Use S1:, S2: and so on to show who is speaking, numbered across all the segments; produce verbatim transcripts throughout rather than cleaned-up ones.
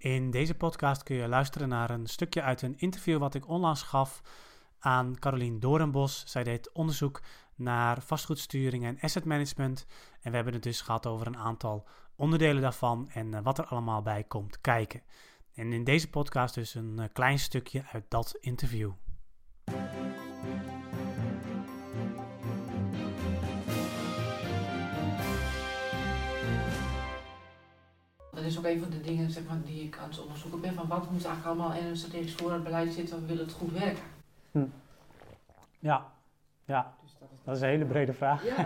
S1: In deze podcast kun je luisteren naar een stukje uit een interview wat ik onlangs gaf aan Carolien Doornbos. Zij deed onderzoek naar vastgoedsturing en asset management. En we hebben het dus gehad over een aantal onderdelen daarvan en uh, wat er allemaal bij komt kijken. En in deze podcast dus een uh, klein stukje uit dat interview.
S2: Dat is ook een van de dingen zeg maar, die ik aan het onderzoeken ben. Van wat moet eigenlijk allemaal in een strategisch voorraadbeleid zitten, we willen het goed werken.
S1: Hm. Ja, ja. Dus dat, is dat is een hele brede vraag.
S2: Ja,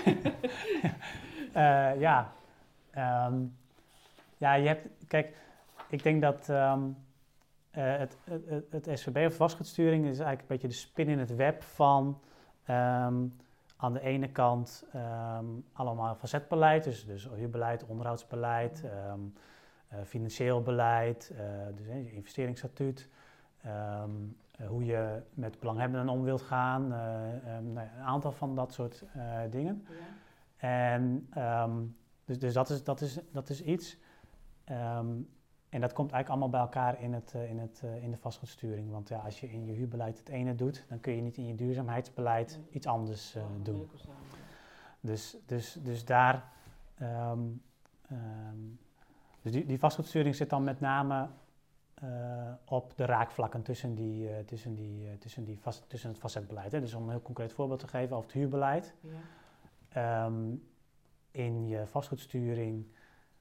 S1: uh, ja. Um, ja, je hebt, kijk, ik denk dat um, uh, het, het, het S V B of vastgoedsturing is eigenlijk een beetje de spin in het web van um, aan de ene kant um, allemaal facetbeleid, dus, dus huurbeleid, onderhoudsbeleid, um, uh, financieel beleid, uh, dus uh, investeringsstatuut, um, uh, hoe je met belanghebbenden om wilt gaan, uh, um, nou ja, een aantal van dat soort uh, dingen.
S2: ja.
S1: En um, dus, dus dat, is, dat, is, dat is iets. Um, en dat komt eigenlijk allemaal bij elkaar in, het, uh, in, het, uh, in de vastgoedsturing. Want ja, als je in je huurbeleid het ene doet, dan kun je niet in je duurzaamheidsbeleid nee. iets anders uh, oh, doen. Dus, dus, dus daar... Um, um, dus die, die vastgoedsturing zit dan met name uh, op de raakvlakken tussen, die, uh, tussen, die, uh, tussen, die vast, tussen het facetbeleid. Hè. Dus om een heel concreet voorbeeld te geven over het huurbeleid. Ja. Um, in je vastgoedsturing...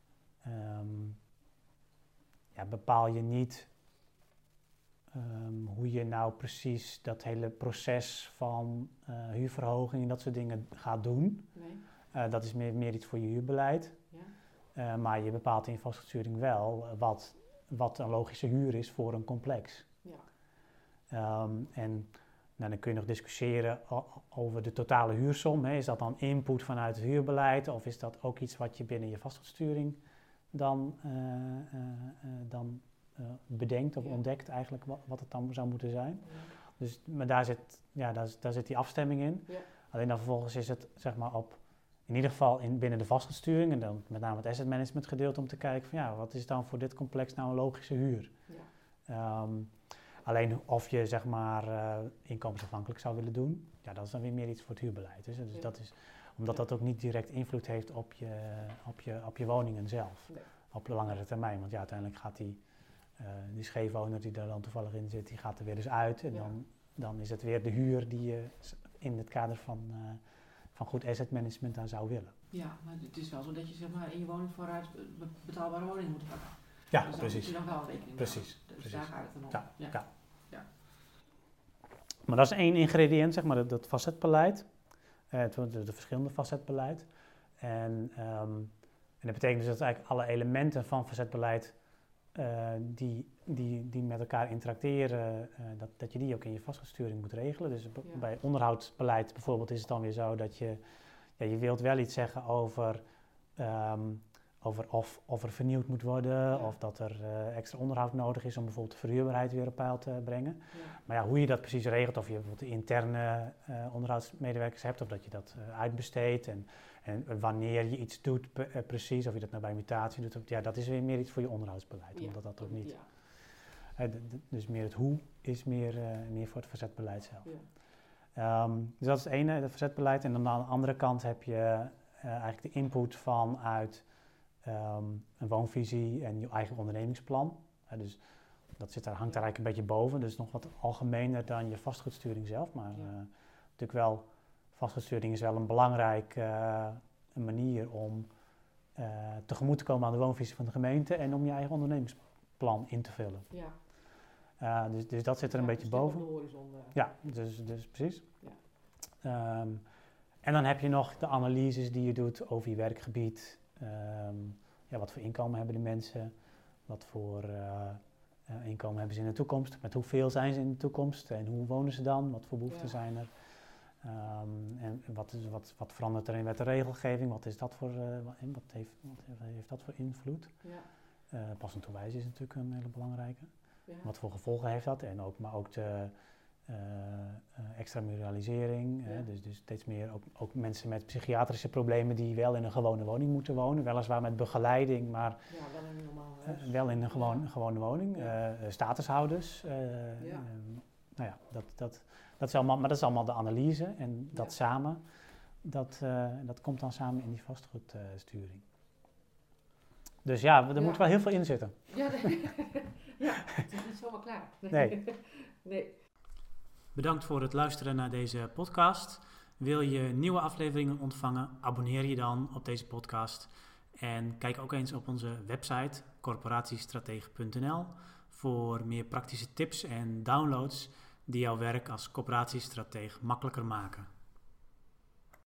S1: Um, Ja, bepaal je niet um, hoe je nou precies dat hele proces van uh, huurverhoging en dat soort dingen gaat doen.
S2: Nee.
S1: Uh, dat is meer, meer iets voor je huurbeleid.
S2: Ja.
S1: Uh, maar je bepaalt in je vastgoedsturing wel wat, wat een logische huur is voor een complex.
S2: Ja.
S1: Um, en nou, dan kun je nog discussiëren o- over de totale huursom. Hè. Is dat dan input vanuit het huurbeleid of is dat ook iets wat je binnen je vastgoedsturing dan, uh, uh, uh, dan uh, bedenkt of ja. ontdekt eigenlijk wat, wat het dan zou moeten zijn. Ja. Dus, maar daar zit, ja, daar, daar zit die afstemming in. Ja. Alleen dan vervolgens is het zeg maar op, in ieder geval in, binnen de vastgoedsturing en dan met name het asset management gedeelte om te kijken van ja, wat is dan voor dit complex nou een logische huur. Ja. Um, alleen of je zeg maar uh, inkomensafhankelijk zou willen doen, ja, dat is dan weer meer iets voor het huurbeleid. Dus, dus ja. dat is... Omdat dat ook niet direct invloed heeft op je, op je, op je woningen zelf. Nee. Op de langere termijn. Want ja, uiteindelijk gaat die, uh, die scheefwoner die er dan toevallig in zit, die gaat er weer eens uit. En ja. dan, dan is het weer de huur die je in het kader van, uh, van goed asset management daar zou willen.
S2: Ja, maar het is wel zo dat je zeg maar in je woningvoorraad betaalbare woningen moet hebben.
S1: Ja,
S2: dus
S1: precies.
S2: Moet je dan wel rekening
S1: precies.
S2: Dus
S1: precies.
S2: daar gaat het dan om.
S1: Ja,
S2: ja.
S1: ja.
S2: ja.
S1: Maar dat is één ingrediënt, zeg maar, dat, dat facetbeleid. Uh, het de, de verschillende facetbeleid. En, um, en dat betekent dus dat eigenlijk alle elementen van facetbeleid uh, die, die, die met elkaar interacteren, uh, dat, dat je die ook in je vastgoedsturing moet regelen. Dus b- ja. bij onderhoudsbeleid bijvoorbeeld is het dan weer zo dat je, ja, je wilt wel iets zeggen over, um, over of, of er vernieuwd moet worden, ja. of dat er uh, extra onderhoud nodig is om bijvoorbeeld de verhuurbaarheid weer op peil te brengen. Ja. Maar ja, hoe je dat precies regelt, of je bijvoorbeeld de interne uh, onderhoudsmedewerkers hebt, of dat je dat uh, uitbesteedt en, en wanneer je iets doet p- uh, precies, of je dat nou bij mutatie doet, of, ja, dat is weer meer iets voor je onderhoudsbeleid,
S2: ja.
S1: omdat dat ook niet...
S2: Ja.
S1: Uh, d- d- dus meer het hoe is meer, uh, meer voor het verzetbeleid zelf. Ja. Um, dus dat is het ene, het verzetbeleid. En dan aan de andere kant heb je uh, eigenlijk de input vanuit um, een woonvisie en je eigen ondernemingsplan. Uh, dus dat zit daar, hangt daar eigenlijk een beetje boven. Dus nog wat algemener dan je vastgoedsturing zelf. Maar ja. uh, natuurlijk wel, vastgoedsturing is wel een belangrijke uh, een manier om uh, tegemoet te komen aan de woonvisie van de gemeente en om je eigen ondernemingsplan in te vullen.
S2: Ja.
S1: Uh, dus, dus dat zit er
S2: ja,
S1: een beetje boven.
S2: De horizon, uh.
S1: Ja, dus, dus precies.
S2: Ja.
S1: Um, en dan heb je nog de analyses die je doet over je werkgebied. Um, ja, wat voor inkomen hebben de mensen? Wat voor uh, uh, inkomen hebben ze in de toekomst? Met hoeveel zijn ze in de toekomst? En hoe wonen ze dan? Wat voor behoeften ja. zijn er? Um, en wat, is, wat, wat verandert er in wet en regelgeving? Wat, is dat voor, uh, wat, wat, heeft, wat heeft dat voor invloed?
S2: Ja.
S1: Uh, passend toewijzen is natuurlijk een hele belangrijke.
S2: Ja. Wat
S1: voor gevolgen heeft dat? En ook, maar ook de uh, uh, extramuralisering. Ja. Hè? Dus, dus steeds meer ook, ook mensen met psychiatrische problemen die wel in een gewone woning moeten wonen. Weliswaar met begeleiding, maar
S2: ja, wel een normaal, huis.
S1: wel in een gewoon,
S2: Ja.
S1: gewone woning.
S2: Ja.
S1: Uh, statushouders. Uh,
S2: Ja.
S1: um, nou ja, dat, dat, dat is allemaal, maar dat is allemaal de analyse. En dat
S2: Ja.
S1: samen, dat, uh, dat komt dan samen in die vastgoedsturing. Uh, dus ja, er
S2: ja.
S1: moet wel heel veel in zitten.
S2: Ja, nee. Ja, het is niet zomaar klaar.
S1: Nee.
S2: nee.
S1: Bedankt voor het luisteren naar deze podcast. Wil je nieuwe afleveringen ontvangen? Abonneer je dan op deze podcast. En kijk ook eens op onze website corporatiestratege punt n l voor meer praktische tips en downloads die jouw werk als corporatiestratege makkelijker maken.